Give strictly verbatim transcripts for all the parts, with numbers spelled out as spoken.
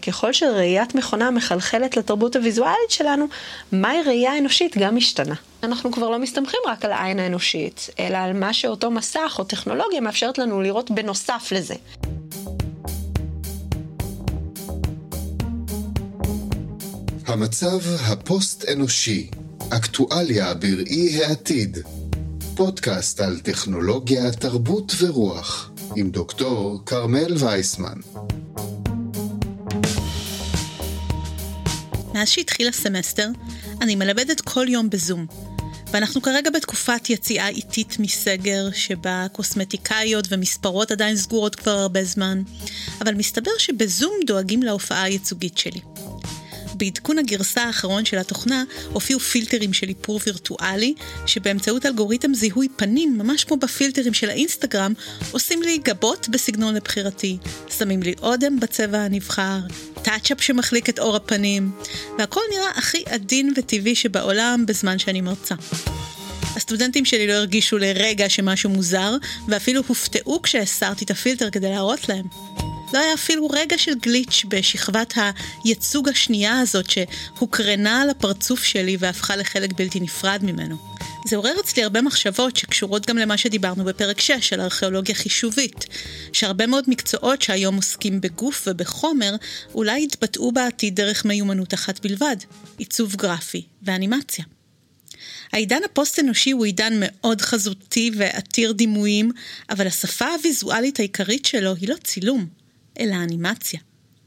שככל שראיית מכונה מחלחלת לתרבות הוויזואלית שלנו, מהי ראייה אנושית גם משתנה. אנחנו כבר לא מסתמכים רק על העין האנושית, אלא על מה שאותו מסך או טכנולוגיה מאפשרת לנו לראות בנוסף לזה. המצב הפוסט-אנושי, אקטואליה בראי העתיד. פודקאסט על טכנולוגיה, תרבות ורוח, עם דוקטור קרמל וייסמן. מאז שהתחיל הסמסטר, אני מלמדת כל יום בזום. ואנחנו כרגע בתקופת יציאה איטית מסגר, שבה קוסמטיקאיות ומספרות עדיין סגורות כבר הרבה זמן. אבל מסתבר שבזום דואגים להופעה הייצוגית שלי. בעדכון הגרסה האחרון של התוכנה הופיעו פילטרים של איפור וירטואלי, שבאמצעות אלגוריתם זיהוי פנים, ממש כמו בפילטרים של האינסטגרם, עושים לי גבות בסגנון לבחירתי, שמים לי אודם בצבע הנבחר, טאצ'אפ שמחליק את אור הפנים, והכל נראה הכי עדין וטבעי שבעולם בזמן שאני מרצה. הסטודנטים שלי לא הרגישו לרגע שמשהו מוזר, ואפילו הופתעו כשהסרתי את הפילטר כדי להראות להם. לא היה אפילו רגע של גליץ' בשכבת הייצוג השנייה הזאת שהוקרנה על הפרצוף שלי והפכה לחלק בלתי נפרד ממנו. זה עורר אצלי הרבה מחשבות שקשורות גם למה שדיברנו בפרק שש של ארכיאולוגיה חישובית, שהרבה מאוד מקצועות שהיום עוסקים בגוף ובחומר אולי יתבטאו בעתיד דרך מיומנות אחת בלבד, עיצוב גרפי ואנימציה. העידן הפוסט-אנושי הוא עידן מאוד חזותי ועתיר דימויים, אבל השפה הוויזואלית העיקרית שלו היא לא צילום, אלא אנימציה.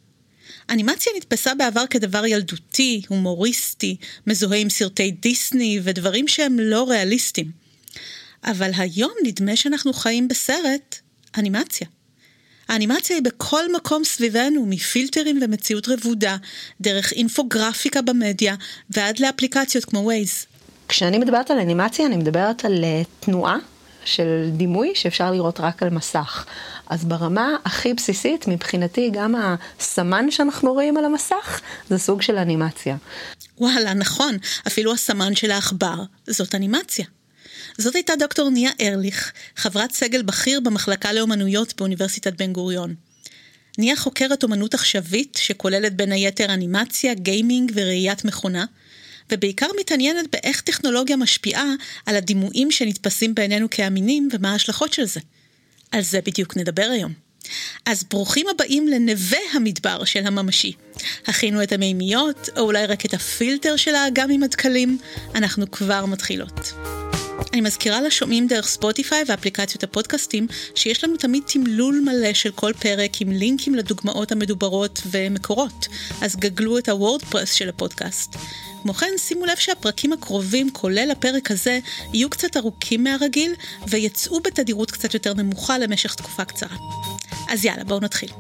אנימציה נתפסה בעבר כדבר ילדותי, הומוריסטי, מזוהה עם סרטי דיסני ודברים שהם לא ריאליסטיים. אבל היום נדמה שאנחנו חיים בסרט אנימציה. האנימציה היא בכל מקום סביבנו, מפילטרים ומציאות רבודה, דרך אינפוגרפיקה במדיה ועד לאפליקציות כמו ווייז. כשאני מדברת על אנימציה, אני מדברת על תנועה של דימוי שאפשר לראות רק על מסך. אז ברמה הכי בסיסית, מבחינתי גם הסמן שאנחנו רואים על המסך, זה סוג של אנימציה. וואלה, נכון. אפילו הסמן של האחבר, זאת אנימציה. זאת הייתה דוקטור ניה ארליך, חברת סגל בכיר במחלקה לאומנויות באוניברסיטת בן גוריון. ניה חוקרת אומנות עכשווית, שכוללת בין היתר אנימציה, גיימינג וראיית מכונה, ובעיקר מתעניינת באיך טכנולוגיה משפיעה על הדימויים שנתפסים בעינינו כאמינים ומה ההשלכות של זה. על זה בדיוק נדבר היום. אז ברוכים הבאים לנווה המדבר של הממשי. הכינו את המימיות, או אולי רק את הפילטר של האגם עם הדקלים. אנחנו כבר מתחילות. אני מזכירה לשומעים דרך ספוטיפיי ואפליקציות הפודקאסטים, שיש לנו תמיד תמלול מלא של כל פרק עם לינקים לדוגמאות המדוברות ומקורות. אז גגלו את הוורדפרס של הפודקאסט. כמו כן, שימו לב שהפרקים הקרובים, כולל הפרק הזה, יהיו קצת ארוכים מהרגיל, ויצאו בתדירות קצת יותר נמוכה למשך תקופה קצרה. אז יאללה, בואו נתחיל.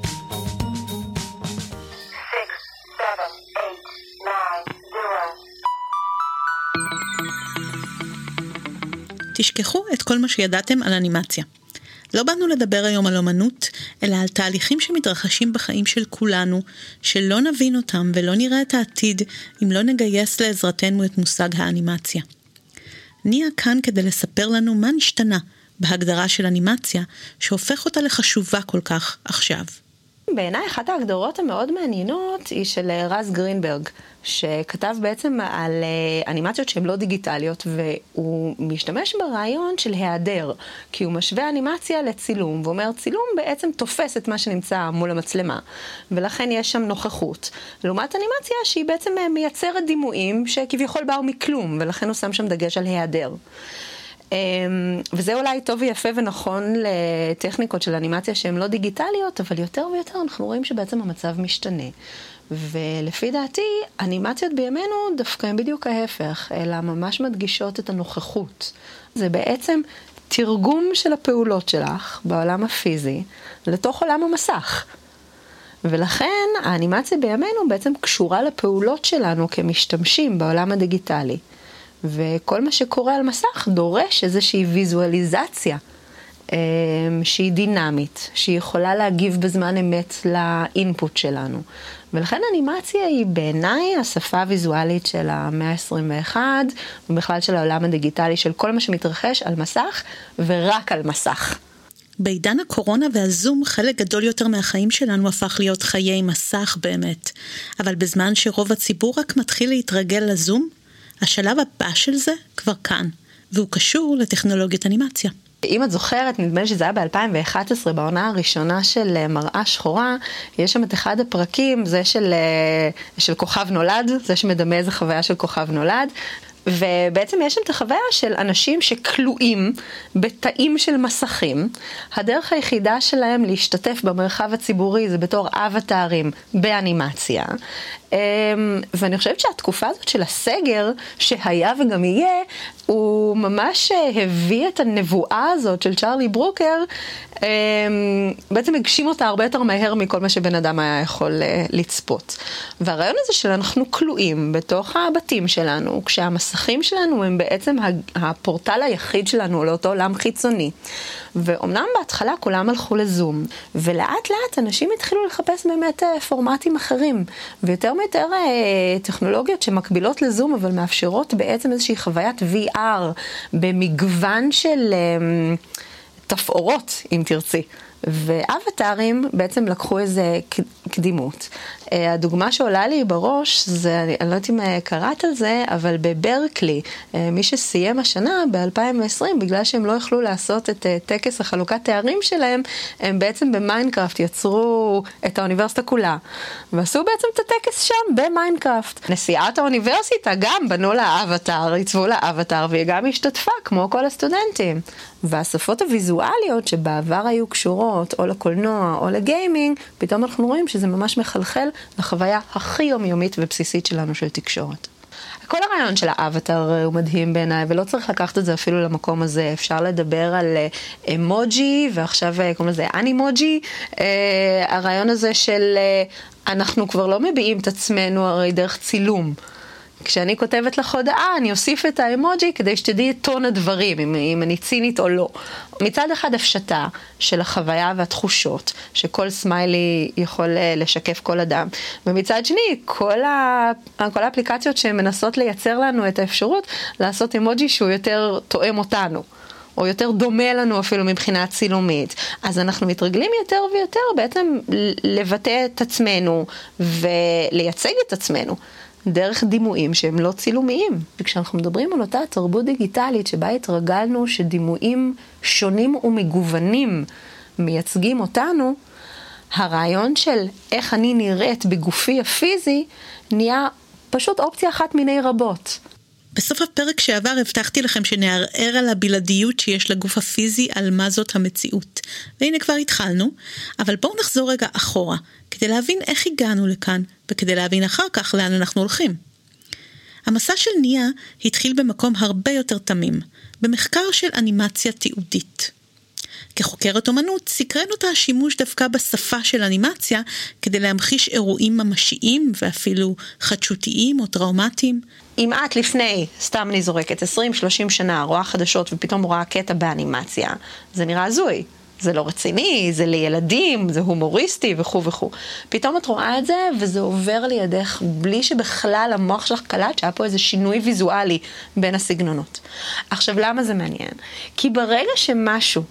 תשכחו את כל מה שידעתם על אנימציה. לא באנו לדבר היום על אומנות, אלא על תהליכים שמתרחשים בחיים של כולנו, שלא נבין אותם ולא נראה את העתיד, אם לא נגייס לעזרתנו את מושג האנימציה. ניה כאן כדי לספר לנו מה נשתנה בהגדרה של אנימציה, שהופך אותה לחשובה כל כך עכשיו. בעיניי אחת ההגדרות המאוד מעניינות היא של רז גרינברג, שכתב בעצם על אנימציות שהן לא דיגיטליות, והוא משתמש ברעיון של היעדר, כי הוא משווה אנימציה לצילום, ואומר צילום בעצם תופס את מה שנמצא מול המצלמה, ולכן יש שם נוכחות. לעומת אנימציה שהיא בעצם מייצרת דימויים שכביכול באו מכלום, ולכן הוא שם שם דגש על היעדר. וזה אולי טוב ויפה ונכון לטכניקות של אנימציה שהן לא דיגיטליות, אבל יותר ויותר אנחנו רואים שבעצם המצב משתנה. ולפי דעתי, אנימציות בימינו דווקא הם בדיוק ההפך, אלא ממש מדגישות את הנוכחות. זה בעצם תרגום של הפעולות שלך בעולם הפיזי לתוך עולם המסך. ולכן האנימציה בימינו בעצם קשורה לפעולות שלנו כמשתמשים בעולם הדיגיטלי. וכל מה שקורה על מסך דורש איזושהי ויזואליזציה שהיא דינמית, שהיא יכולה להגיב בזמן אמת לאינפוט שלנו. ולכן אנימציה היא בעיניי השפה הוויזואלית של המאה ה-עשרים ואחת, ובכלל של העולם הדיגיטלי של כל מה שמתרחש על מסך ורק על מסך. בעידן הקורונה והזום, חלק גדול יותר מהחיים שלנו הפך להיות חיי מסך באמת. אבל בזמן שרוב הציבור רק מתחיל להתרגל לזום, השלב הבא של זה כבר כאן, והוא קשור לטכנולוגיות אנימציה. אם את זוכרת, נדמה לי שזה היה ב-אלפיים ואחת עשרה, בעונה הראשונה של מראה שחורה, יש שם את אחד הפרקים, זה של, של כוכב נולד, זה שמדמה איזה חוויה של כוכב נולד, ובעצם יש שם את החוויה של אנשים שכלואים בתאים של מסכים. הדרך היחידה שלהם להשתתף במרחב הציבורי זה בתור אבטרים באנימציה. ואני חושבת שהתקופה הזאת של הסגר שהיה וגם יהיה, הוא ממש הביא את הנבואה הזאת של צ'רלי ברוקר, בעצם הגשים אותה הרבה יותר מהר מכל מה שבן אדם היה יכול לצפות. והרעיון הזה שאנחנו כלואים בתוך הבתים שלנו, כשהמסכים שלנו הם בעצם הפורטל היחיד שלנו לאותו עולם חיצוני. ואומנם בהתחלה כולם הלכו לזום, ולאט לאט אנשים התחילו לחפש באמת פורמטים אחרים, ויותר מיותר טכנולוגיות שמקבילות לזום, אבל מאפשרות בעצם איזושהי חוויית וי אר במגוון של תפאורות, אם תרצי. ואבטרים בעצם לקחו איזה קדימות. הדוגמה שעולה לי בראש, זה, אני לא יודעת אם קראת על זה, אבל בברקלי, מי שסיים השנה ב-אלפיים ועשרים, בגלל שהם לא יכלו לעשות את טקס החלוקת תארים שלהם, הם בעצם במיינקראפט יצרו את האוניברסיטה כולה. ועשו בעצם את הטקס שם במיינקראפט. נשיאת האוניברסיטה גם בנו לה אבטר, יצבו לה אבטר, והיא גם השתתפה כמו כל הסטודנטים. והשפות הוויזואליות שבעבר היו קשורות או לקולנוע או לגיימינג, פתאום אנחנו רואים שזה ממש מחלחל לחוויה הכי יומיומית ובסיסית שלנו של תקשורת. כל הרעיון של האבטר הוא מדהים בעיניי, ולא צריך לקחת את זה אפילו למקום הזה. אפשר לדבר על אמוג'י, ועכשיו קוראים לזה אנימוג'י. הרעיון הזה של אנחנו כבר לא מביעים את עצמנו הרי דרך צילום. כשאני כותבת לך הודעה, אני אוסיף את האמוג'י כדי שתדעי את טון הדברים, אם, אם אני צינית או לא. מצד אחד הפשטה של החוויה והתחושות, שכל סמיילי יכול לשקף כל אדם. ומצד שני, כל, ה, כל האפליקציות שמנסות לייצר לנו את האפשרות לעשות אמוג'י שהוא יותר תואם אותנו. או יותר דומה לנו אפילו מבחינה צילומית. אז אנחנו מתרגלים יותר ויותר בעצם לבטא את עצמנו ולייצג את עצמנו. דרך דימויים שהם לא צילומיים. וכשאנחנו מדברים על אותה תרבות דיגיטלית שבה התרגלנו שדימויים שונים ומגוונים מייצגים אותנו, הרעיון של איך אני נראית בגופי הפיזי נהיה פשוט אופציה אחת מיני רבות. בסוף הפרק שעבר הבטחתי לכם שנערער על הבלעדיות שיש לגוף הפיזי על מה זאת המציאות. והנה כבר התחלנו, אבל בואו נחזור רגע אחורה, כדי להבין איך הגענו לכאן, וכדי להבין אחר כך לאן אנחנו הולכים. המסע של ניה התחיל במקום הרבה יותר תמים, במחקר של אנימציה תיעודית. כחוקרת אומנות, סקרן אותה השימוש דווקא בשפה של אנימציה, כדי להמחיש אירועים ממשיים ואפילו חדשותיים או טראומטיים. אם את לפני, סתם אני זורקת, עשרים שלושים שנה, רואה חדשות ופתאום רואה קטע באנימציה, זה נראה הזוי. זה לא רציני, זה לילדים, זה הומוריסטי וכו' וכו'. פתאום את רואה את זה וזה עובר לידך בלי שבכלל המוח שלך קלט שהיה פה איזה שינוי ויזואלי בין הסגנונות. עכשיו למה זה מעניין? כי ברגע שמשהו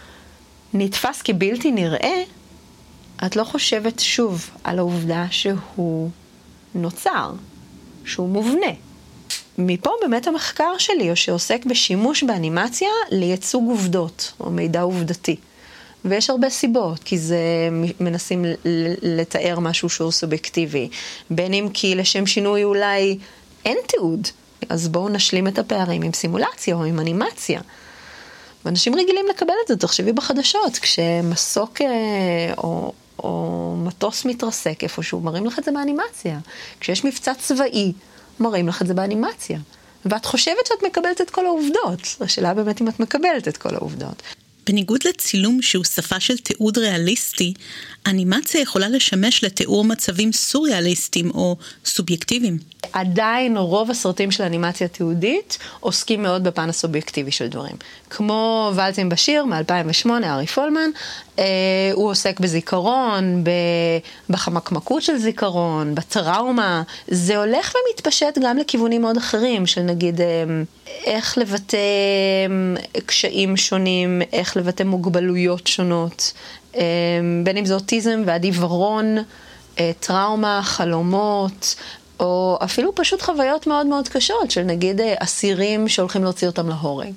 נתפס כבלתי נראה, את לא חושבת שוב על העובדה שהוא נוצר, שהוא מובנה. מפה באמת המחקר שלי, או שעוסק בשימוש באנימציה לייצוג עובדות, או מידע עובדתי. ויש הרבה סיבות, כי זה מנסים לתאר משהו שהוא סובייקטיבי. בין אם כי לשם שינוי אולי אין תיעוד, אז בואו נשלים את הפערים עם סימולציה או עם אנימציה. ואנשים רגילים לקבל את זה, תחשבי בחדשות, כשמסוק או, או מטוס מתרסק איפשהו, מראים לך את זה באנימציה. כשיש מבצע צבאי, מראים לך את זה באנימציה. ואת חושבת שאת מקבלת את כל העובדות. השאלה באמת אם את מקבלת את כל העובדות. בניגוד לצילום שהוא שפה של תיעוד ריאליסטי, אנימציה יכולה לשמש לתיאור מצבים סוריאליסטיים או סובייקטיביים. ועדיין רוב הסרטים של אנימציה תיעודית עוסקים מאוד בפן הסובייקטיבי של דברים. כמו ואלצים בשיר מ-אלפיים ושמונה, ארי פולמן, אה, הוא עוסק בזיכרון, בחמקמקות של זיכרון, בטראומה. זה הולך ומתפשט גם לכיוונים מאוד אחרים, של נגיד אה, איך לבטא קשיים שונים, איך לבטא מוגבלויות שונות, אה, בין אם זה אוטיזם ועד עיוורון, טראומה, חלומות, או אפילו פשוט חוויות מאוד מאוד קשות, של נגיד אסירים שהולכים להוציא אותם להורג.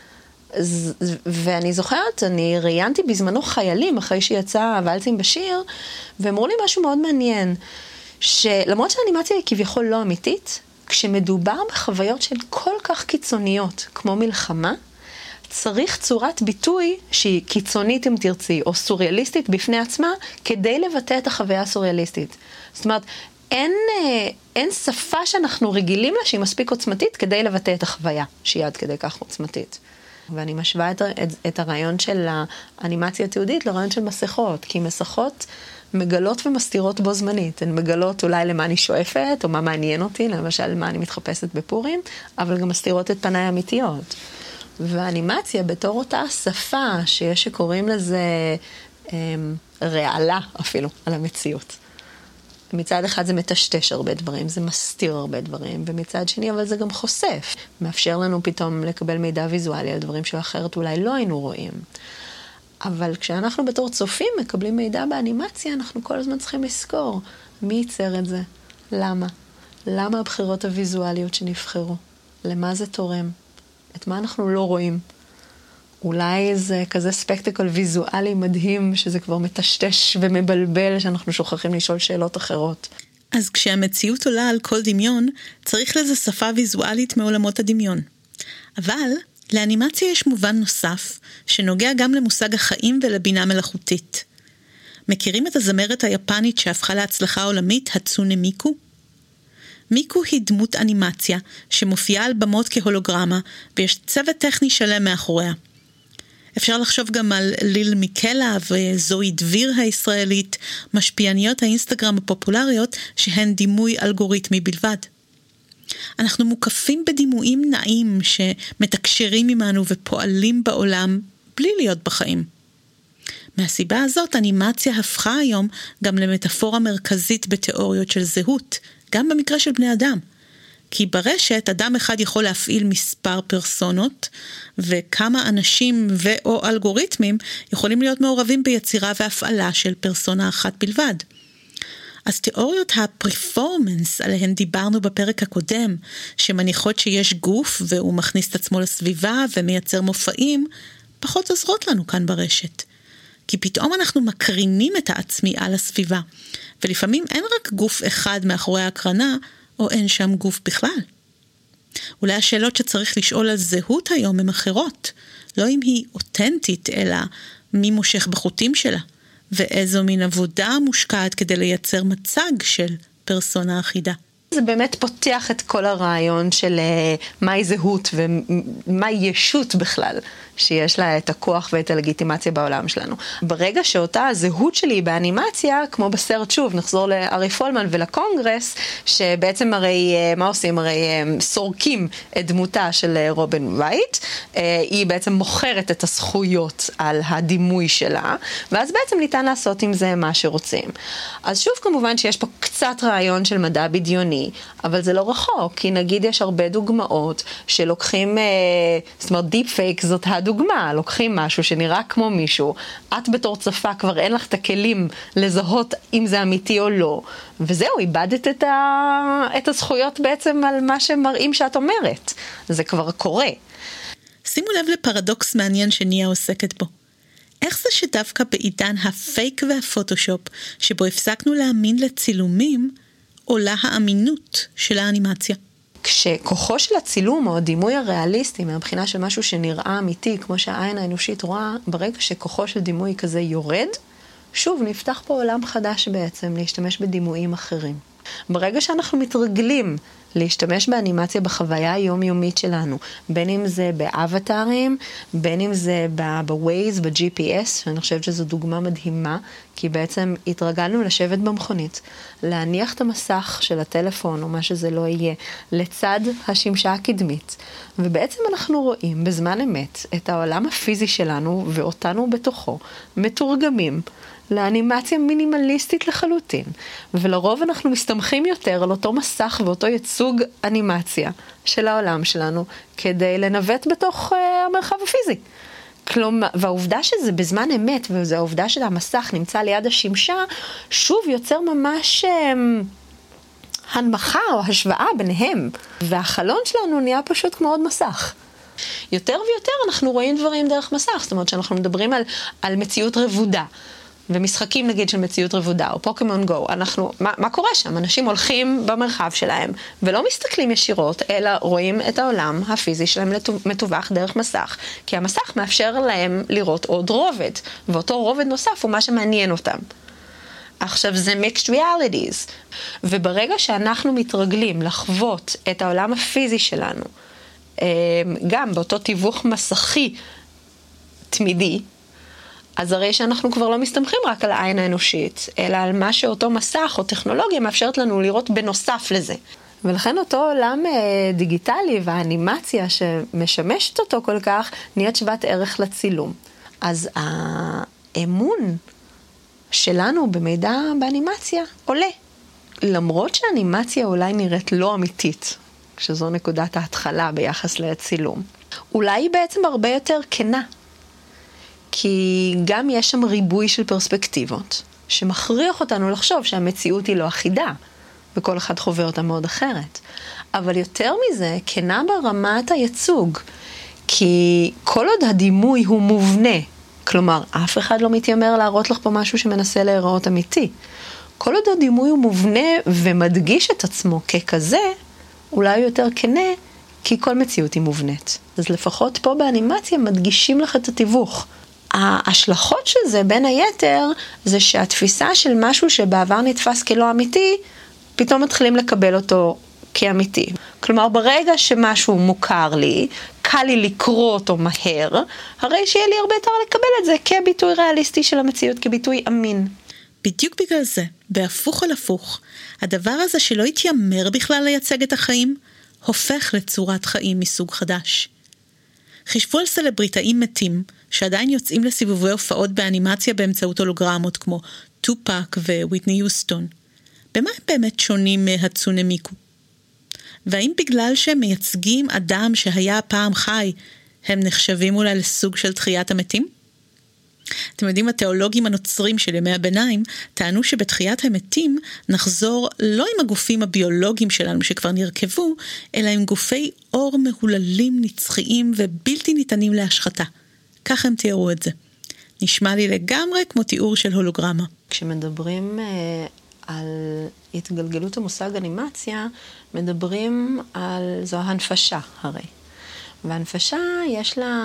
ואני זוכרת, אני ראיינתי בזמנו חיילים, אחרי שיצא ואלצים בשיר, ואמרו לי משהו מאוד מעניין, שלמרות שהאנימציה היא כביכול לא אמיתית, כשמדובר בחוויות שהן כל כך קיצוניות, כמו מלחמה, צריך צורת ביטוי שהיא קיצונית אם תרצי, או סוריאליסטית בפני עצמה, כדי לבטא את החוויה הסוריאליסטית. זאת אומרת, אין, אין שפה שאנחנו רגילים לה שהיא מספיק עוצמתית כדי לבטא את החוויה שהיא עד כדי כך עוצמתית. ואני משווה את, את, את הרעיון של האנימציה התיעודית לרעיון של מסכות, כי מסכות מגלות ומסתירות בו זמנית. הן מגלות אולי למה אני שואפת, או מה מעניין אותי, למשל מה אני מתחפשת בפורים, אבל גם מסתירות את פניי האמיתיות. והאנימציה בתור אותה שפה שיש שקוראים לזה אה, רעלה אפילו על המציאות. מצד אחד זה מטשטש הרבה דברים, זה מסתיר הרבה דברים, ומצד שני אבל זה גם חושף. מאפשר לנו פתאום לקבל מידע ויזואלי על דברים שאחרת אולי לא היינו רואים. אבל כשאנחנו בתור צופים מקבלים מידע באנימציה, אנחנו כל הזמן צריכים לזכור מי ייצר את זה, למה, למה הבחירות הוויזואליות שנבחרו, למה זה תורם. את מה אנחנו לא רואים. אולי זה כזה ספקטקל ויזואלי מדהים, שזה כבר מטשטש ומבלבל, שאנחנו שוכחים לשאול שאלות אחרות. אז כשהמציאות עולה על כל דמיון, צריך לזה שפה ויזואלית מעולמות הדמיון. אבל לאנימציה יש מובן נוסף, שנוגע גם למושג החיים ולבינה מלאכותית. מכירים את הזמרת היפנית שהפכה להצלחה עולמית, הצונה מיקו? מיקו היא דמות אנימציה שמופיעה על במות כהולוגרמה, ויש צוות טכני שלם מאחוריה. אפשר לחשוב גם על ליל מיקלה וזוהי דביר הישראלית, משפיעניות האינסטגרם הפופולריות שהן דימוי אלגוריתמי בלבד. אנחנו מוקפים בדימויים נעים שמתקשרים עמנו ופועלים בעולם בלי להיות בחיים. מהסיבה הזאת אנימציה הפכה היום גם למטאפורה מרכזית בתיאוריות של זהות, גם במקרה של בני אדם. כי ברשת אדם אחד יכול להפעיל מספר פרסונות, וכמה אנשים ו/או אלגוריתמים יכולים להיות מעורבים ביצירה והפעלה של פרסונה אחת בלבד. אז תיאוריות הפרפורמנס עליהן דיברנו בפרק הקודם, שמניחות שיש גוף והוא מכניס את עצמו לסביבה ומייצר מופעים, פחות עוזרות לנו כאן ברשת. כי פתאום אנחנו מקרינים את העצמי על הסביבה, ולפעמים אין רק גוף אחד מאחורי ההקרנה, או אין שם גוף בכלל. אולי השאלות שצריך לשאול על זהות היום הן אחרות, לא אם היא אותנטית, אלא מי מושך בחוטים שלה, ואיזו מין עבודה מושקעת כדי לייצר מצג של פרסונה אחידה. זה באמת פותח את כל הרעיון של מהי זהות ומהי ישות בכלל, שיש לה את הכוח ואת הלגיטימציה בעולם שלנו. ברגע שאותה הזהות שלי באנימציה, כמו בסרט שוב, נחזור לארי פולמן ולקונגרס, שבעצם הרי, מה עושים? הרי סורקים את דמותה של רובין ווייט, היא בעצם מוכרת את הזכויות על הדימוי שלה, ואז בעצם ניתן לעשות עם זה מה שרוצים. אז שוב כמובן שיש פה קצת רעיון של מדע בדיוני, אבל זה לא רחוק, כי נגיד יש הרבה דוגמאות שלוקחים, זאת אומרת דיפ פייק זאת הדוגמה, לוקחים משהו שנראה כמו מישהו, את בתור צפה כבר אין לך את הכלים לזהות אם זה אמיתי או לא, וזהו, איבדת את, ה... את הזכויות בעצם על מה שמראים שאת אומרת. זה כבר קורה. שימו לב לפרדוקס מעניין שניה עוסקת בו. איך זה שדווקא בעידן הפייק והפוטושופ, שבו הפסקנו להאמין לצילומים, עולה האמינות של האנימציה? כשכוחו של הצילום או הדימוי הריאליסטי, מהבחינה של משהו שנראה אמיתי, כמו שהעין האנושית רואה, ברגע שכוחו של דימוי כזה יורד, שוב נפתח פה עולם חדש בעצם, להשתמש בדימויים אחרים. ברגע שאנחנו מתרגלים להשתמש באנימציה בחוויה היומיומית שלנו, בין אם זה באבטרים, בין אם זה בווייז, ב-ג'י פי אס, שאני חושבת שזו דוגמה מדהימה, כי בעצם התרגלנו לשבת במכונית, להניח את המסך של הטלפון או מה שזה לא יהיה, לצד השמשה הקדמית, ובעצם אנחנו רואים בזמן אמת את העולם הפיזי שלנו ואותנו בתוכו מתורגמים לאנימציה מינימליסטית לחלוטין, ולרוב אנחנו מסתמכים יותר על אותו מסך ואותו ייצוג אנימציה של העולם שלנו, כדי לנווט בתוך uh, המרחב הפיזי. כלומר, והעובדה שזה בזמן אמת, וזו העובדה שהמסך נמצא ליד השמשה, שוב יוצר ממש um, הנמכה או השוואה ביניהם, והחלון שלנו נהיה פשוט כמו עוד מסך. יותר ויותר אנחנו רואים דברים דרך מסך, זאת אומרת שאנחנו מדברים על, על מציאות רבודה, ומשחקים נגיד של מציאות רבודה, או פוקימון גו, אנחנו, מה, מה קורה שם? אנשים הולכים במרחב שלהם, ולא מסתכלים ישירות, אלא רואים את העולם הפיזי שלהם מתווך דרך מסך, כי המסך מאפשר להם לראות עוד רובד, ואותו רובד נוסף הוא מה שמעניין אותם. עכשיו זה mixed realities, וברגע שאנחנו מתרגלים לחוות את העולם הפיזי שלנו, גם באותו תיווך מסכי תמידי, אז הרי שאנחנו כבר לא מסתמכים רק על העין האנושית, אלא על מה שאותו מסך או טכנולוגיה מאפשרת לנו לראות בנוסף לזה. ולכן אותו עולם דיגיטלי והאנימציה שמשמשת אותו כל כך, נהיית שוות ערך לצילום. אז האמון שלנו במידע באנימציה עולה. למרות שהאנימציה אולי נראית לא אמיתית, שזו נקודת ההתחלה ביחס לצילום, אולי היא בעצם הרבה יותר כנה. כי גם יש שם ריבוי של פרספקטיבות, שמכריח אותנו לחשוב שהמציאות היא לא אחידה, וכל אחד חווה אותה מאוד אחרת. אבל יותר מזה, כנה ברמת הייצוג, כי כל עוד הדימוי הוא מובנה, כלומר, אף אחד לא מתיימר להראות לך פה משהו שמנסה להיראות אמיתי. כל עוד הדימוי הוא מובנה ומדגיש את עצמו ככזה, אולי יותר כנה, כי כל מציאות היא מובנית. אז לפחות פה באנימציה מדגישים לך את התיווך. ההשלכות של זה, בין היתר, זה שהתפיסה של משהו שבעבר נתפס כלא אמיתי, פתאום מתחילים לקבל אותו כאמיתי. כלומר, ברגע שמשהו מוכר לי, קל לי לקרוא אותו מהר, הרי שיהיה לי הרבה יותר לקבל את זה כביטוי ריאליסטי של המציאות, כביטוי אמין. בדיוק בגלל זה, בהפוך על הפוך, הדבר הזה שלא יתיימר בכלל לייצג את החיים, הופך לצורת חיים מסוג חדש. חישבו על סלבריטאים מתים, שעדיין יוצאים לסיבובי הופעות באנימציה באמצעות הולוגרמות, כמו טופק וויטני יוסטון. במה הם באמת שונים מהצונה מיקו? והאם בגלל שהם מייצגים אדם שהיה פעם חי, הם נחשבים אולי לסוג של תחיית המתים? אתם יודעים, התיאולוגים הנוצרים של ימי הביניים טענו שבתחיית המתים נחזור לא עם הגופים הביולוגיים שלנו שכבר נרכבו, אלא עם גופי אור מהוללים, נצחיים ובלתי ניתנים להשחתה. כך הם תיארו את זה. נשמע לי לגמרי כמו תיאור של הולוגרמה. כשמדברים אה, על התגלגלות המושג אנימציה, מדברים על, זו ההנפשה הרי. וההנפשה יש לה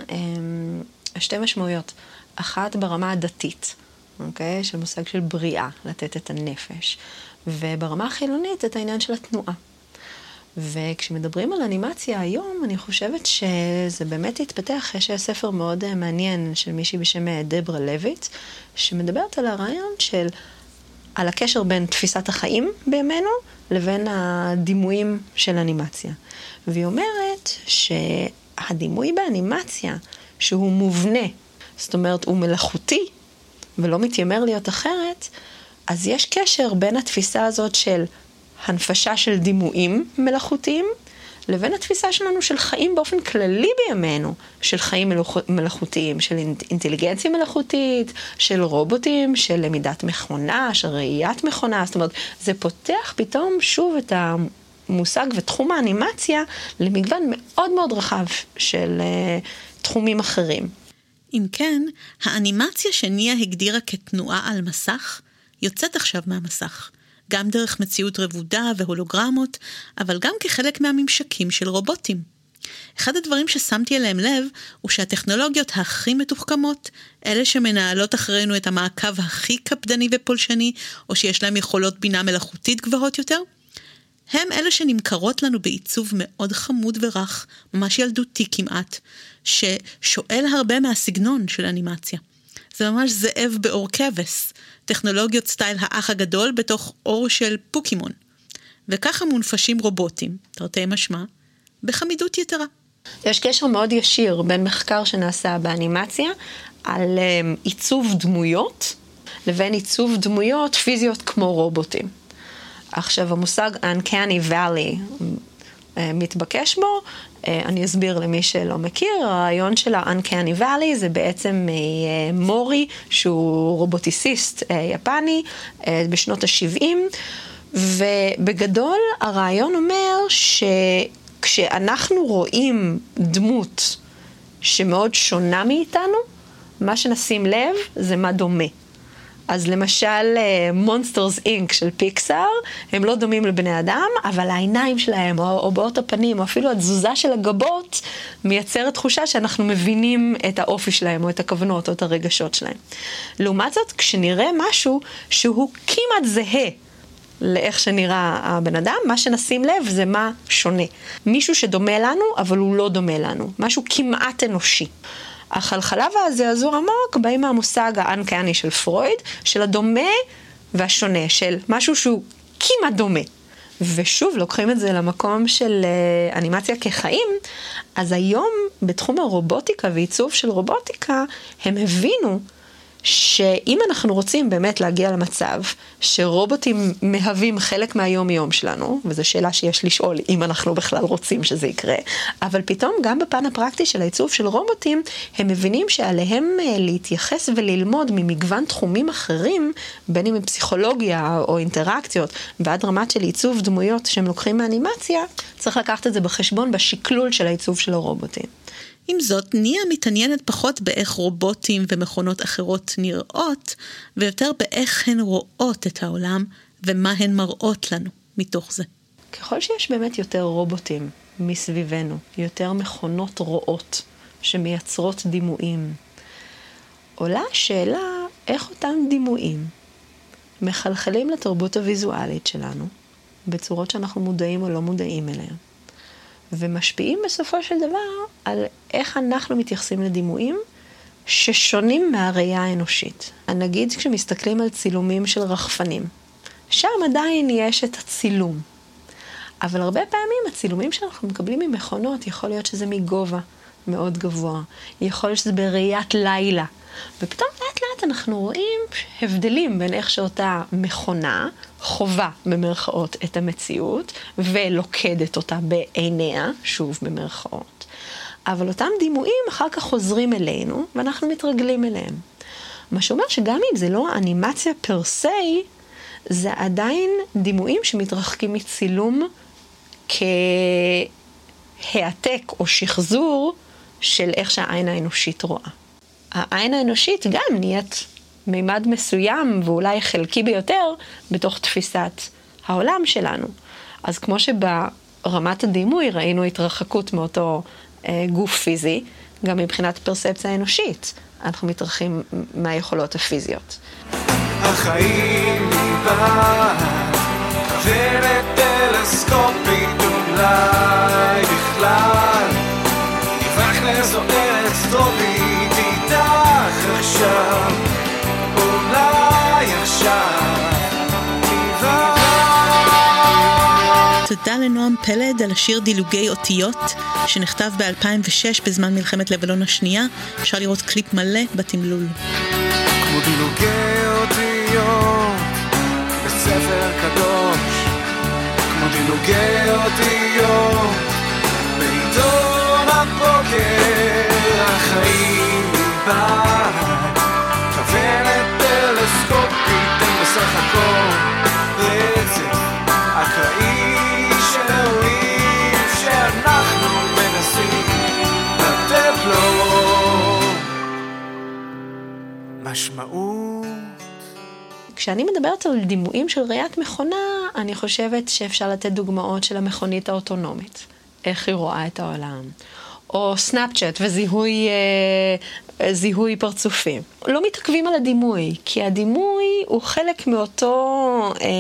אה, שתי משמעויות. אחת ברמה הדתית, אוקיי? של מושג של בריאה, לתת את הנפש. וברמה החילונית את העניין של התנועה. וכשמדברים על אנימציה היום, אני חושבת שזה באמת התפתח. יש ספר מאוד מעניין של מישהי בשם דברה לויט, שמדברת על הרעיון של, על הקשר בין תפיסת החיים בימינו, לבין הדימויים של אנימציה. והיא אומרת שהדימוי באנימציה, שהוא מובנה, זאת אומרת, הוא מלאכותי, ולא מתיימר להיות אחרת, אז יש קשר בין התפיסה הזאת של הנפשה של דימויים מלאכותיים, לבין התפיסה שלנו של חיים באופן כללי בימינו, של חיים מלאכותיים, של אינטליגנציה מלאכותית, של רובוטים, של למידת מכונה, של ראיית מכונה, זאת אומרת, זה פותח פתאום שוב את המושג ותחום האנימציה למגוון מאוד מאוד רחב של uh, תחומים אחרים. אם כן, האנימציה שניה הגדירה כתנועה על מסך, יוצאת עכשיו מהמסך. גם דרך מציאות רבודה והולוגרמות, אבל גם כחלק מהממשקים של רובוטים. אחד הדברים ששמתי אליהם לב, הוא שהטכנולוגיות הכי מתוחכמות, אלה שמנהלות אחרינו את המעקב הכי קפדני ופולשני, או שיש להם יכולות בינה מלאכותית גבוהות יותר, הם אלה שנמכרות לנו בעיצוב מאוד חמוד ורך, ממש ילדותי כמעט, ששואל הרבה מהסגנון של אנימציה. זה ממש זאב באור כבש, טכנולוגיות סטייל האח הגדול בתוך אור של פוקימון. וככה מונפשים רובוטים, תרתי משמע, בחמידות יתרה. יש קשר מאוד ישיר בין מחקר שנעשה באנימציה על עיצוב דמויות לבין עיצוב דמויות פיזיות כמו רובוטים. עכשיו המושג Uncanny Valley מתבקש בו, אני אסביר למי שלא מכיר, הרעיון של ה-Uncanny Valley זה בעצם מורי שהוא רובוטיסיסט יפני בשנות ה-שבעים, ובגדול הרעיון אומר שכשאנחנו רואים דמות שמאוד שונה מאיתנו, מה שנשים לב זה מה דומה. אז למשל, Monsters אינק של פיקסאר, הם לא דומים לבני אדם, אבל העיניים שלהם, או, או באות הפנים, או אפילו התזוזה של הגבות, מייצרת תחושה שאנחנו מבינים את האופי שלהם, או את הכוונות, או את הרגשות שלהם. לעומת זאת, כשנראה משהו שהוא כמעט זהה לאיך שנראה הבן אדם, מה שנשים לב זה מה שונה. מישהו שדומה לנו, אבל הוא לא דומה לנו. משהו כמעט אנושי. החלחלה והזעזוע עמוק באים מהמושג האנקני של פרויד, של הדומה והשונה, של משהו שהוא כמעט דומה. ושוב, לוקחים את זה למקום של אנימציה כחיים, אז היום בתחום הרובוטיקה ועיצוב של רובוטיקה, הם הבינו שאם אנחנו רוצים באמת להגיע למצב שרובוטים מהווים חלק מהיום יום שלנו, וזו שאלה שיש לשאול אם אנחנו בכלל רוצים שזה יקרה, אבל פתאום גם בפן הפרקטי של העיצוב של רובוטים, הם מבינים שעליהם להתייחס וללמוד ממגוון תחומים אחרים, בין אם פסיכולוגיה או אינטראקציות, ועד רמת של עיצוב דמויות שהם לוקחים מאנימציה, צריך לקחת את זה בחשבון בשקלול של העיצוב של הרובוטים. עם זאת, נהיה מתעניינת פחות באיך רובוטים ומכונות אחרות נראות, ויותר באיך הן רואות את העולם, ומה הן מראות לנו מתוך זה. ככל שיש באמת יותר רובוטים מסביבנו, יותר מכונות רואות שמייצרות דימויים, עולה השאלה איך אותם דימויים מחלחלים לתרבות הוויזואלית שלנו, בצורות שאנחנו מודעים או לא מודעים אליהן. ומשפיעים בסופו של דבר על איך אנחנו מתייחסים לדימויים ששונים מהראייה האנושית. נגיד כשמסתכלים על צילומים של רחפנים, שם עדיין יש את הצילום. אבל הרבה פעמים הצילומים שאנחנו מקבלים ממכונות, יכול להיות שזה מגובה מאוד גבוה, יכול להיות שזה בראיית לילה. ופתאום לאט לאט אנחנו רואים הבדלים בין איך שאותה מכונה חובה במרכאות את המציאות ולוקדת אותה בעיניה, שוב במרכאות. אבל אותם דימויים אחר כך חוזרים אלינו ואנחנו מתרגלים אליהם. מה שאומר שגם אם זה לא אנימציה פר סי, זה עדיין דימויים שמתרחקים מצילום כהעתק או שחזור של איך שהעין האנושית רואה. העין האנושית גם נהיית מימד מסוים ואולי חלקי ביותר בתוך תפיסת העולם שלנו. אז כמו שברמת הדימוי ראינו התרחקות מאותו אה, גוף פיזי, גם מבחינת פרספציה אנושית, אנחנו מתרחים מהיכולות הפיזיות. החיים מבעד, כוונת טלסקופית אולי בכלל, נברח לאיזו ארץ טרופית איתך עכשיו, אולי עכשיו, נברח. תודה לנועם פלד על השיר דילוגי אותיות, שנכתב ב-אלפיים ושש בזמן מלחמת לבנון השנייה. אפשר לראות קליפ מלא בתמלול. כמו דילוגי אותיות בספר קדוש, כמו דילוגי אותיות בעיתון הבוקר, החיים מבעד, כוונת טלסקופית, הם בסך הכל רצף אקראי של אירועים שאנחנו מנסים לתת לו משמעות. כשאני מדברת על דימויים של ראיית מכונה, אני חושבת שאפשר לתת דוגמאות של המכונית האוטונומית. איך היא רואה את העולם. או סנאפצ'אט וזיהוי אה, זיהוי פרצופים. לא מתעכבים על הדימוי, כי הדימוי הוא חלק מאותו אה,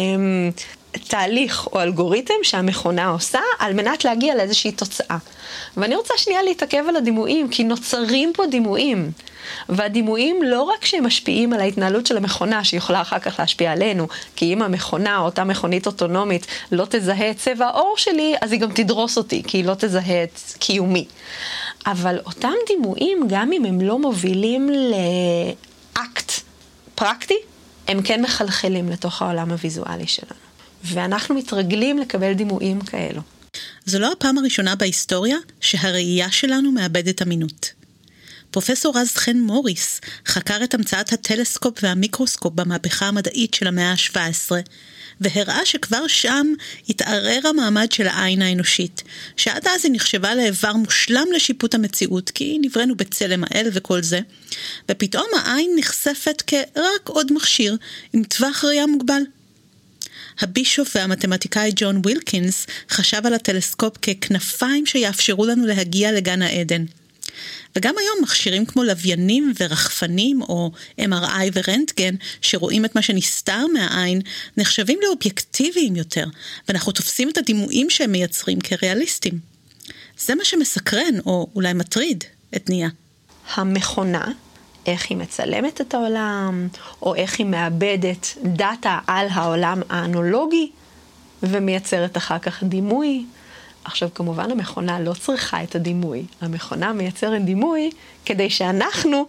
תהליך או אלגוריתם שהמכונה עושה על מנת להגיע לאיזושהי תוצאה. ואני רוצה שנייה להתעכב על הדימויים, כי נוצרים פה דימויים. והדימויים לא רק שהם משפיעים על ההתנהלות של המכונה, שיכולה אחר כך להשפיע עלינו, כי אם המכונה או אותה מכונית אוטונומית לא תזהה את צבע העור שלי, אז היא גם תדרוס אותי, כי היא לא תזהה את קיומי. אבל אותם דימויים, גם אם הם לא מובילים לאקט פרקטי, הם כן מחלחלים לתוך העולם הוויזואלי שלנו. ואנחנו מתרגלים לקבל דימויים כאלו. זו לא הפעם הראשונה בהיסטוריה שהראייה שלנו מאבדת אמינות. פרופסור רז חן מוריס חקר את המצאת הטלסקופ והמיקרוסקופ במהפכה המדעית של המאה ה-שבע עשרה, והראה שכבר שם התערער המעמד של העין האנושית, שעד אז היא נחשבה לאיבר מושלם לשיפוט המציאות, כי נבראנו בצלם האל וכל זה, ופתאום העין נחשפת כרק עוד מכשיר עם טווח ראייה מוגבל. הבישוף והמתמטיקאי ג'ון ווילקינס חשב על הטלסקופ ככנפיים שיאפשרו לנו להגיע לגן העדן. וגם היום מכשירים כמו לוויינים ורחפנים או אם אר איי ורנטגן שרואים את מה שנסתר מהעין נחשבים לאובייקטיביים יותר, ואנחנו תופסים את הדימויים שהם מייצרים כריאליסטים. זה מה שמסקרן או אולי מטריד את ניה. המכונה, איך היא מצלמת את העולם, או איך היא מאבדת דאטה על העולם האנלוגי ומייצרת אחר כך דימוי. עכשיו, כמובן, המכונה לא צריכה את הדימוי. המכונה מייצרת דימוי כדי שאנחנו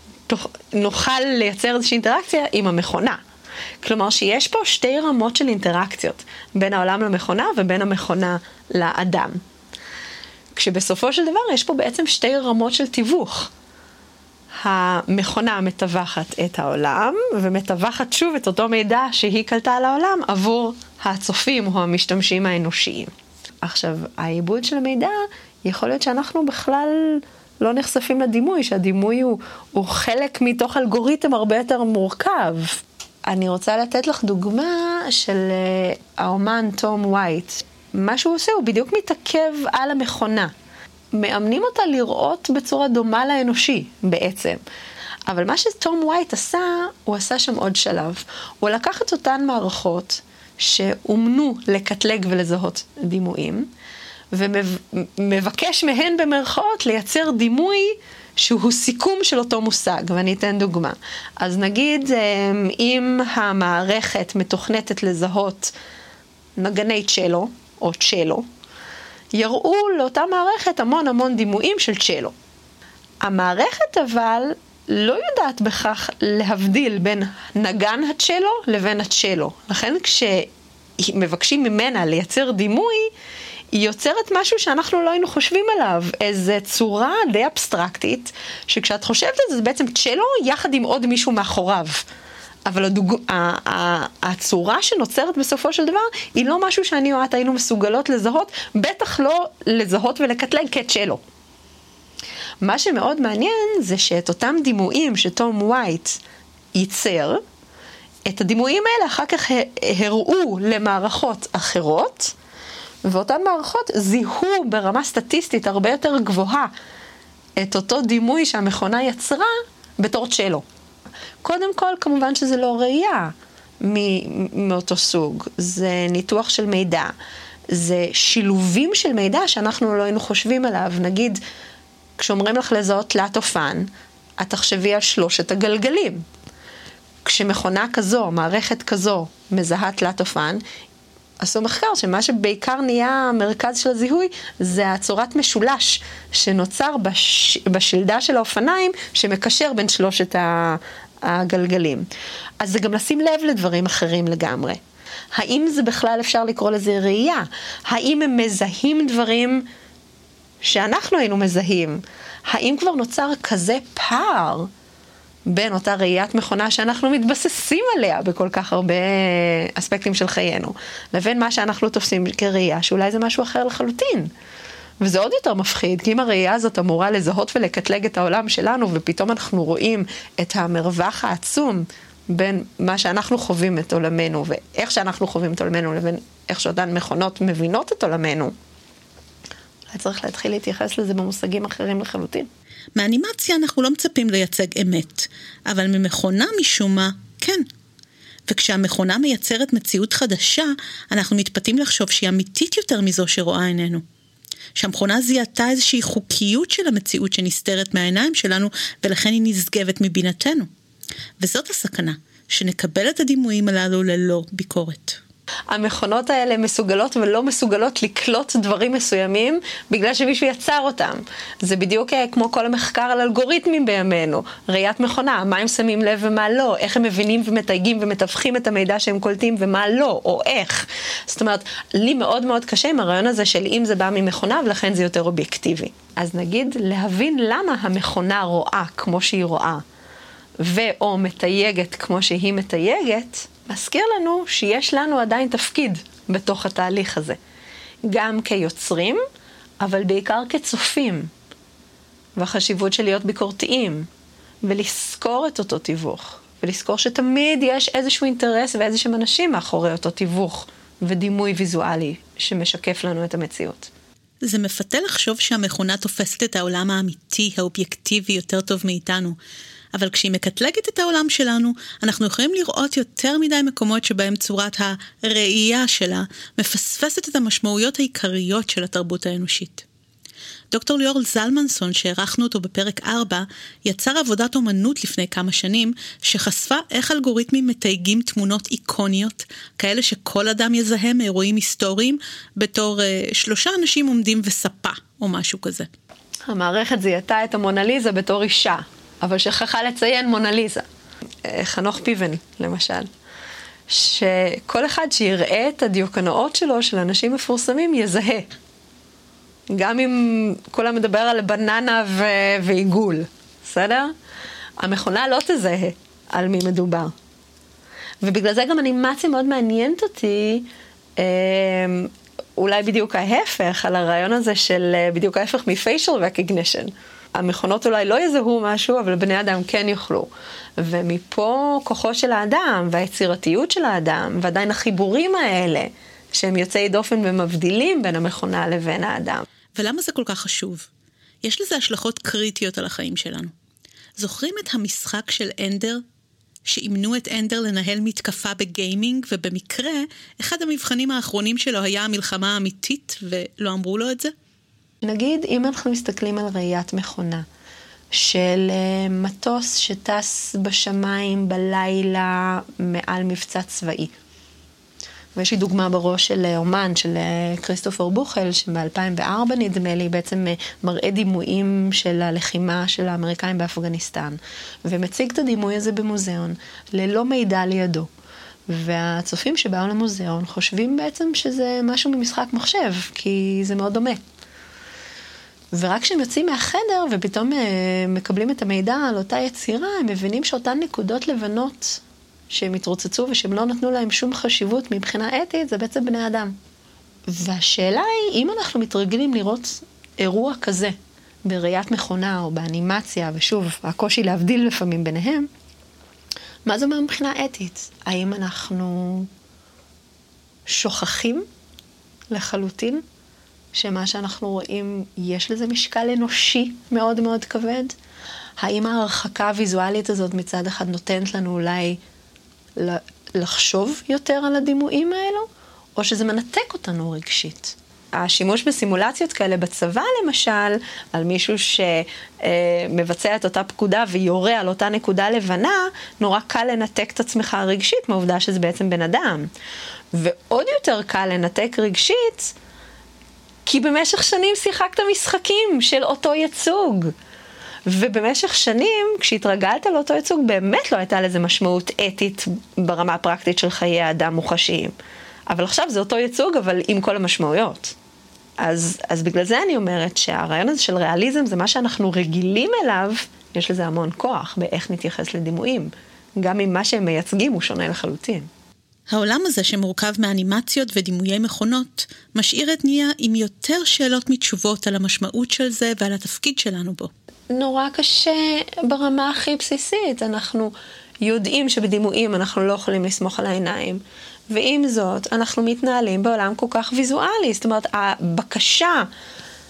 נוכל לייצר איזושהי אינטראקציה עם המכונה. כלומר, שיש פה שתי רמות של אינטראקציות, בין העולם למכונה ובין המכונה לאדם. כשבסופו של דבר יש פה בעצם שתי רמות של תיווך. המכונה מתווכת את העולם, ומתווכת שוב את אותו מידע שהיא קלטה על העולם עבור הצופים או המשתמשים האנושיים. עכשיו, העיבוד של המידע יכול להיות שאנחנו בכלל לא נחשפים לדימוי, שהדימוי הוא, הוא חלק מתוך אלגוריתם הרבה יותר מורכב. אני רוצה לתת לך דוגמה של האומן תום וייט. מה שהוא עושה הוא בדיוק מתעכב על המכונה. מאמנים אותה לראות בצורה דומה לאנושי בעצם. אבל מה שתום וייט עשה, הוא עשה שם עוד שלב. הוא לקח את אותן מערכות שאומנו לקטלג ולזהות דימויים, ומבקש מהן במרכאות לייצר דימוי שהוא סיכום של אותו מושג, ואני אתן דוגמה. אז נגיד, אם המערכת מתוכנתת לזהות נגני צ'לו, או צ'לו, יראו לאותה מערכת המון המון דימויים של צ'לו. המערכת אבל לא יודעת בכך להבדיל בין נגן הצ'לו לבין הצ'לו. לכן כשמבקשים ממנה לייצר דימוי, היא יוצרת משהו שאנחנו לא היינו חושבים עליו, איזו צורה די אבסטרקטית, שכשאת חושבת על זה, זה בעצם צ'לו יחד עם עוד מישהו מאחוריו. אבל הדוג... הצורה שנוצרת בסופו של דבר, היא לא משהו שאני או את היינו מסוגלות לזהות, בטח לא לזהות ולקטלג כצ'לו. מה שמאוד מעניין זה שאת אותם דימויים שתום וייט ייצר, את הדימויים האלה אחר כך הראו למערכות אחרות, ואותן מערכות זיהו ברמה סטטיסטית הרבה יותר גבוהה את אותו דימוי שהמכונה יצרה בתור צ'לו. קודם כל, כמובן שזה לא ראייה מאותו סוג, זה ניתוח של מידע, זה שילובים של מידע שאנחנו לא היינו חושבים עליו. נגיד, כשאומרים לך לזהות תלת אופן, את תחשבי על שלושת הגלגלים. כשמכונה כזו, מערכת כזו, מזהה תלת אופן, עשו מחקר שמה שבעיקר נהיה המרכז של הזיהוי, זה הצורת משולש שנוצר בש... בשלדה של האופניים, שמקשר בין שלושת הגלגלים. אז זה גם לשים לב לדברים אחרים לגמרי. האם זה בכלל אפשר לקרוא לזה ראייה? האם הם מזהים דברים שאנחנו היינו מזהים? האם כבר נוצר כזה פער בין אותה ראיית מכונה שאנחנו מתבססים עליה בכל כך הרבה אספקטים של חיינו, לבין מה שאנחנו תופסים כראייה, שאולי זה משהו אחר לחלוטין. וזה עוד יותר מפחיד, כי אם הראייה הזאת אמורה לזהות ולקטלג את העולם שלנו, ופתאום אנחנו רואים את המרווח העצום בין מה שאנחנו חווים את עולמנו, ואיך שאנחנו חווים את עולמנו, לבין איך שאותן מכונות מבינות את עולמנו, אולי צריך להתחיל להתייחס לזה במושגים אחרים לחלוטין. מאנימציה אנחנו לא מצפים לייצג אמת, אבל ממכונה משום מה, כן. וכשהמכונה מייצרת מציאות חדשה, אנחנו מתפתים לחשוב שהיא אמיתית יותר מזו שרואה עינינו. שהמכונה זיהתה איזושהי חוקיות של המציאות שנסתרת מהעיניים שלנו, ולכן היא נשגבת מבינתנו. וזאת הסכנה, שנקבל את הדימויים הללו ללא ביקורת. המכונות האלה מסוגלות ולא מסוגלות לקלוט דברים מסוימים בגלל שמישהו יצר אותם. זה בדיוק כמו כל המחקר על אלגוריתמים בימינו. ראיית מכונה, מה הם שמים לב ומה לא, איך הם מבינים ומתייגים ומתווכים את המידע שהם קולטים ומה לא, או איך. זאת אומרת, לי מאוד מאוד קשה עם הרעיון הזה של אם זה בא ממכונה ולכן זה יותר אובייקטיבי. אז נגיד להבין למה המכונה רואה כמו שהיא רואה, ואו מתייגת כמו שהיא מתייגת, מזכיר לנו שיש לנו עדיין תפקיד בתוך התהליך הזה. גם כיוצרים, אבל בעיקר כצופים. והחשיבות של להיות ביקורתיים, ולזכור את אותו תיווך, ולזכור שתמיד יש איזשהו אינטרס ואיזשהם אנשים מאחורי אותו תיווך ודימוי ויזואלי שמשקף לנו את המציאות. זה מפתה לחשוב שהמכונה תופסת את העולם האמיתי, האובייקטיבי יותר טוב מאיתנו. אבל כשהיא מקטלגת את העולם שלנו, אנחנו יכולים לראות יותר מדי מקומות שבהם צורת הראייה שלה מפספסת את המשמעויות העיקריות של התרבות האנושית. דוקטור ליאור זלמנסון, שהערכנו אותו בפרק ארבע, יצר עבודת אומנות לפני כמה שנים, שחשפה איך אלגוריתמים מתייגים תמונות איקוניות, כאלה שכל אדם יזהה מאירועים היסטוריים, בתור אה, שלושה אנשים עומדים וספה, או משהו כזה. המערכת זיהתה את המונליזה בתור אישה, אבל שכחה לציין מונליזה. חנוך פיבן, למשל. שכל אחד שיראה את הדיוקנאות שלו, של אנשים מפורסמים, יזהה. גם אם כולם מדבר על בננה ו- ועיגול. בסדר? המכונה לא תזהה על מי מדובר. ובגלל זה גם אנימציה מאוד מעניינת אותי, אולי בדיוק ההפך, על הרעיון הזה של בדיוק ההפך מ-facial recognition. המכונות אולי לא יזהו משהו, אבל בני אדם כן יוכלו. ומפה כוחו של האדם, והיצירתיות של האדם, ועדיין החיבורים האלה, שהם יוצאי דופן ומבדילים בין המכונה לבין האדם. ולמה זה כל כך חשוב? יש לזה השלכות קריטיות על החיים שלנו. זוכרים את המשחק של אנדר? שאימנו את אנדר לנהל מתקפה בגיימינג, ובמקרה, אחד המבחנים האחרונים שלו היה המלחמה האמיתית, ולא אמרו לו את זה? נגיד, אם אנחנו מסתכלים על ראיית מכונה, של מטוס שטס בשמיים בלילה מעל מבצע צבאי. ויש לי דוגמה בראש של אומן, של כריסטופר בוחל, שב-אלפיים וארבע נדמה לי, בעצם מראה דימויים של הלחימה של האמריקאים באפגניסטן, ומציג את הדימוי הזה במוזיאון, ללא מידע לידו. והצופים שבאו למוזיאון חושבים בעצם שזה משהו ממשחק מחשב, כי זה מאוד דומה. ורק כשהם יוצאים מהחדר ופתאום מקבלים את המידע על אותה יצירה, הם מבינים שאותן נקודות לבנות שהם התרוצצו ושהם לא נתנו להם שום חשיבות מבחינה אתית, זה בעצם בני אדם. והשאלה היא, אם אנחנו מתרגלים לראות אירוע כזה בראיית מכונה או באנימציה, ושוב, הקושי להבדיל לפעמים ביניהם, מה זה אומר מבחינה אתית? האם אנחנו שוכחים לחלוטין שמה שאנחנו רואים, יש לזה משקל אנושי מאוד מאוד כבד? האם ההרחקה הוויזואלית הזאת מצד אחד נותנת לנו אולי לחשוב יותר על הדימויים האלו, או שזה מנתק אותנו רגשית? השימוש בסימולציות כאלה בצבא למשל, על מישהו שמבצע את אותה פקודה ויורה על אותה נקודה לבנה, נורא קל לנתק את עצמך רגשית מהעובדה שזה בעצם בן אדם. ועוד יותר קל לנתק רגשית, כי במשך שנים שיחקת משחקים של אותו ייצוג. ובמשך שנים, כשהתרגלת לאותו ייצוג, באמת לא הייתה לזה משמעות אתית ברמה הפרקטית של חיי האדם מוחשיים. אבל עכשיו זה אותו ייצוג, אבל עם כל המשמעויות. אז, אז בגלל זה אני אומרת שהרעיון הזה של ריאליזם זה מה שאנחנו רגילים אליו, יש לזה המון כוח באיך נתייחס לדימויים. גם אם מה שהם מייצגים הוא שונה לחלוטין. העולם הזה שמורכב מאנימציות ודימויי מכונות, משאיר את ניה עם יותר שאלות מתשובות על המשמעות של זה ועל התפקיד שלנו בו. נורא קשה ברמה הכי בסיסית. אנחנו יודעים שבדימויים אנחנו לא יכולים לסמוך על העיניים. ועם זאת, אנחנו מתנהלים בעולם כל כך ויזואלי. זאת אומרת, הבקשה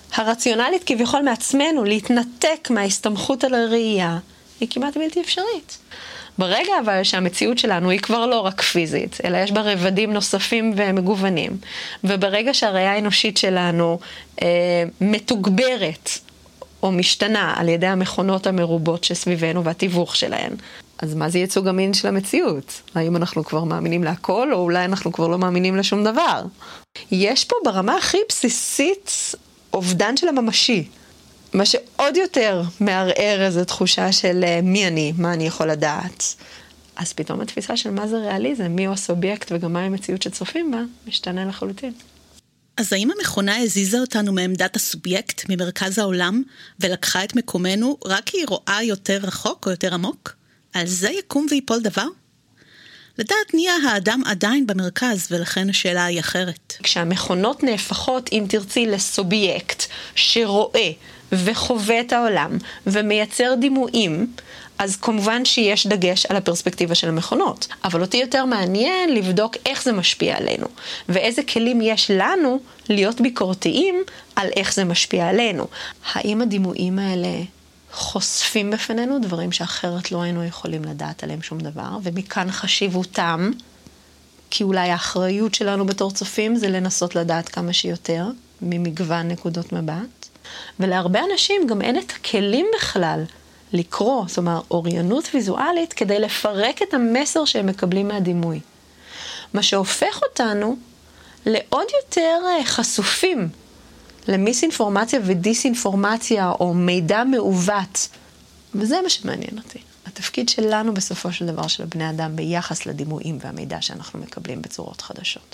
הרציונלית כביכול מעצמנו, להתנתק מההסתמכות על הראייה, היא כמעט בלתי אפשרית. ברגע אבל שהמציאות שלנו היא כבר לא רק פיזית, אלא יש בה רבדים נוספים ומגוונים, וברגע שהראייה האנושית שלנו אה, מתוגברת או משתנה על ידי המכונות המרובות שסביבנו והתיווך שלהן, אז מה זה ייצוג המין של המציאות? האם אנחנו כבר מאמינים להכל, או אולי אנחנו כבר לא מאמינים לשום דבר? יש פה ברמה הכי בסיסית אובדן של הממשי. מה שעוד יותר מערער איזו תחושה של מי אני, מה אני יכול לדעת. אז פתאום התפיסה של מה זה ריאליזם, מי הוא הסובייקט וגם מה המציאות שצופים בה, משתנה לחלוטין. אז האם המכונה הזיזה אותנו מעמדת הסובייקט, ממרכז העולם, ולקחה את מקומנו רק כי היא רואה יותר רחוק או יותר עמוק? על זה יקום ויפול דבר? לדעת נהיה האדם עדיין במרכז, ולכן השאלה היא אחרת. כשהמכונות נהפכות, אם תרצי, לסובייקט שרואה וחווה את העולם ומייצר דימויים, אז כמובן שיש דגש על הפרספקטיבה של המכונות. אבל אותי יותר מעניין לבדוק איך זה משפיע עלינו, ואיזה כלים יש לנו להיות ביקורתיים על איך זה משפיע עלינו. האם הדימויים האלה חושפים בפנינו דברים שאחרת לא היינו יכולים לדעת עליהם שום דבר, ומכאן חשיבותם, כי אולי האחריות שלנו בתור צופים זה לנסות לדעת כמה שיותר, ממגוון נקודות מבט. ולהרבה אנשים גם אין את הכלים בכלל לקרוא, זאת אומרת, אוריינות ויזואלית, כדי לפרק את המסר שהם מקבלים מהדימוי. מה שהופך אותנו לעוד יותר חשופים למיסאינפורמציה ודיסאינפורמציה או מידע מעוות. וזה מה שמעניין אותי. התפקיד שלנו בסופו של דבר של בני אדם ביחס לדימויים והמידע שאנחנו מקבלים בצורות חדשות.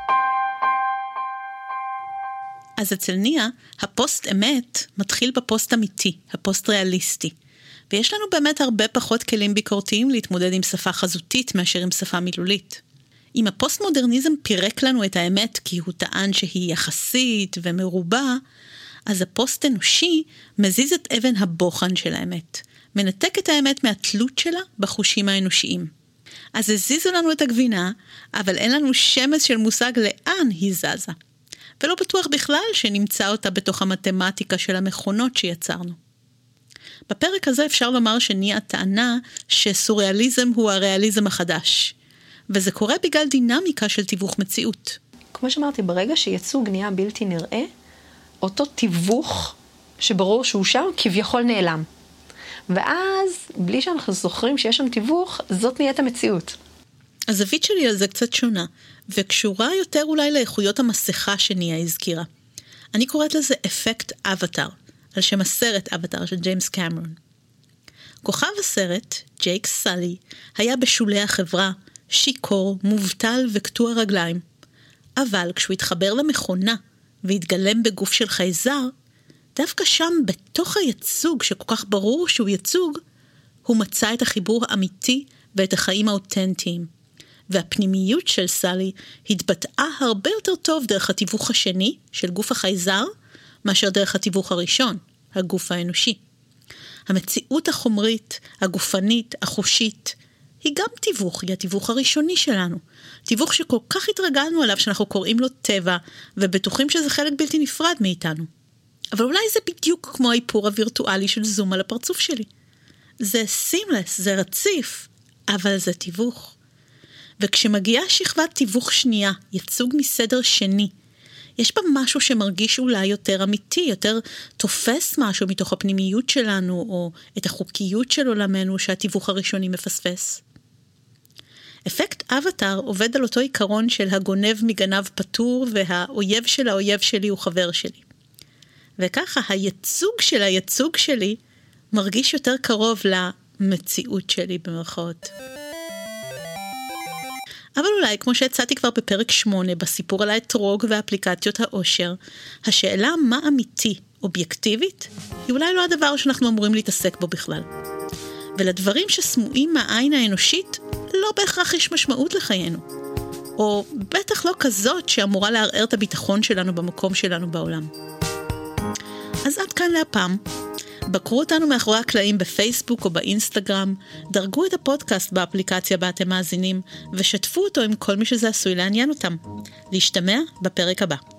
אז אצל ניה, הפוסט אמת מתחיל בפוסט אמיתי, הפוסט ריאליסטי. ויש לנו באמת הרבה פחות כלים ביקורתיים להתמודד עם שפה חזותית מאשר עם שפה מילולית. אם הפוסט-מודרניזם פירק לנו את האמת כי הוא טען שהיא יחסית ומרובה, אז הפוסט-אנושי מזיז את אבן הבוחן של האמת, מנתק את האמת מהתלות שלה בחושים האנושיים. אז הזיזו לנו את הגבינה, אבל אין לנו שמץ של מושג לאן היא זזה. ולא בטוח בכלל שנמצא אותה בתוך המתמטיקה של המכונות שיצרנו. בפרק הזה אפשר לומר שניה טענה שסוריאליזם הוא הריאליזם החדש. וזה קורה בגלל דינמיקה של תיווך מציאות. כמו שאמרתי, ברגע שייצוג נהיה בלתי נראה, אותו תיווך שברור שהוא שם כביכול נעלם. ואז, בלי שאנחנו זוכרים שיש שם תיווך, זאת נהיית המציאות. הזווית שלי על זה קצת שונה, וקשורה יותר אולי לאיכויות המסכה שניה הזכירה. אני קוראת לזה אפקט אבטר, על שם הסרט אבטר של ג'יימס קמרון. כוכב הסרט, ג'ייק סאלי, היה בשולי החברה, שיקור, מובטל וקטוע רגליים. אבל כשהוא התחבר למכונה והתגלם בגוף של חייזר, דווקא שם בתוך הייצוג שכל כך ברור שהוא ייצוג, הוא מצא את החיבור האמיתי ואת החיים האותנטיים. והפנימיות של סאלי התבטאה הרבה יותר טוב דרך התיווך השני של גוף החייזר, מאשר דרך התיווך הראשון, הגוף האנושי. המציאות החומרית, הגופנית, החושית, היא גם תיווך, היא התיווך הראשוני שלנו. תיווך שכל כך התרגלנו עליו שאנחנו קוראים לו טבע, ובטוחים שזה חלק בלתי נפרד מאיתנו. אבל אולי זה בדיוק כמו האיפור הווירטואלי של זום על הפרצוף שלי. זה סימלס, זה רציף, אבל זה תיווך. וכשמגיעה שכבת תיווך שנייה, ייצוג מסדר שני, יש בה משהו שמרגיש אולי יותר אמיתי, יותר תופס משהו מתוך הפנימיות שלנו, או את החוקיות של עולמנו שהתיווך הראשוני מפספס. אפקט אבטר עובד על אותו עיקרון של הגונב מגנב פטור, והאויב של האויב שלי הוא חבר שלי. וככה הייצוג של הייצוג שלי מרגיש יותר קרוב למציאות שלי במרכאות. אבל אולי, כמו שהצעתי כבר בפרק שמונה, בסיפור על האתרוג ואפליקציות האושר, השאלה מה אמיתי, אובייקטיבית, היא אולי לא הדבר שאנחנו אמורים להתעסק בו בכלל. ולדברים שסמויים מהעין האנושית, לא בהכרח יש משמעות לחיינו. או בטח לא כזאת שאמורה לערער את הביטחון שלנו במקום שלנו בעולם. אז עד כאן להפעם. בקרו אותנו מאחורי הקלעים בפייסבוק או באינסטגרם, דרגו את הפודקאסט באפליקציה בה אתם מאזינים, ושתפו אותו עם כל מי שזה עשוי לעניין אותם. להשתמע בפרק הבא.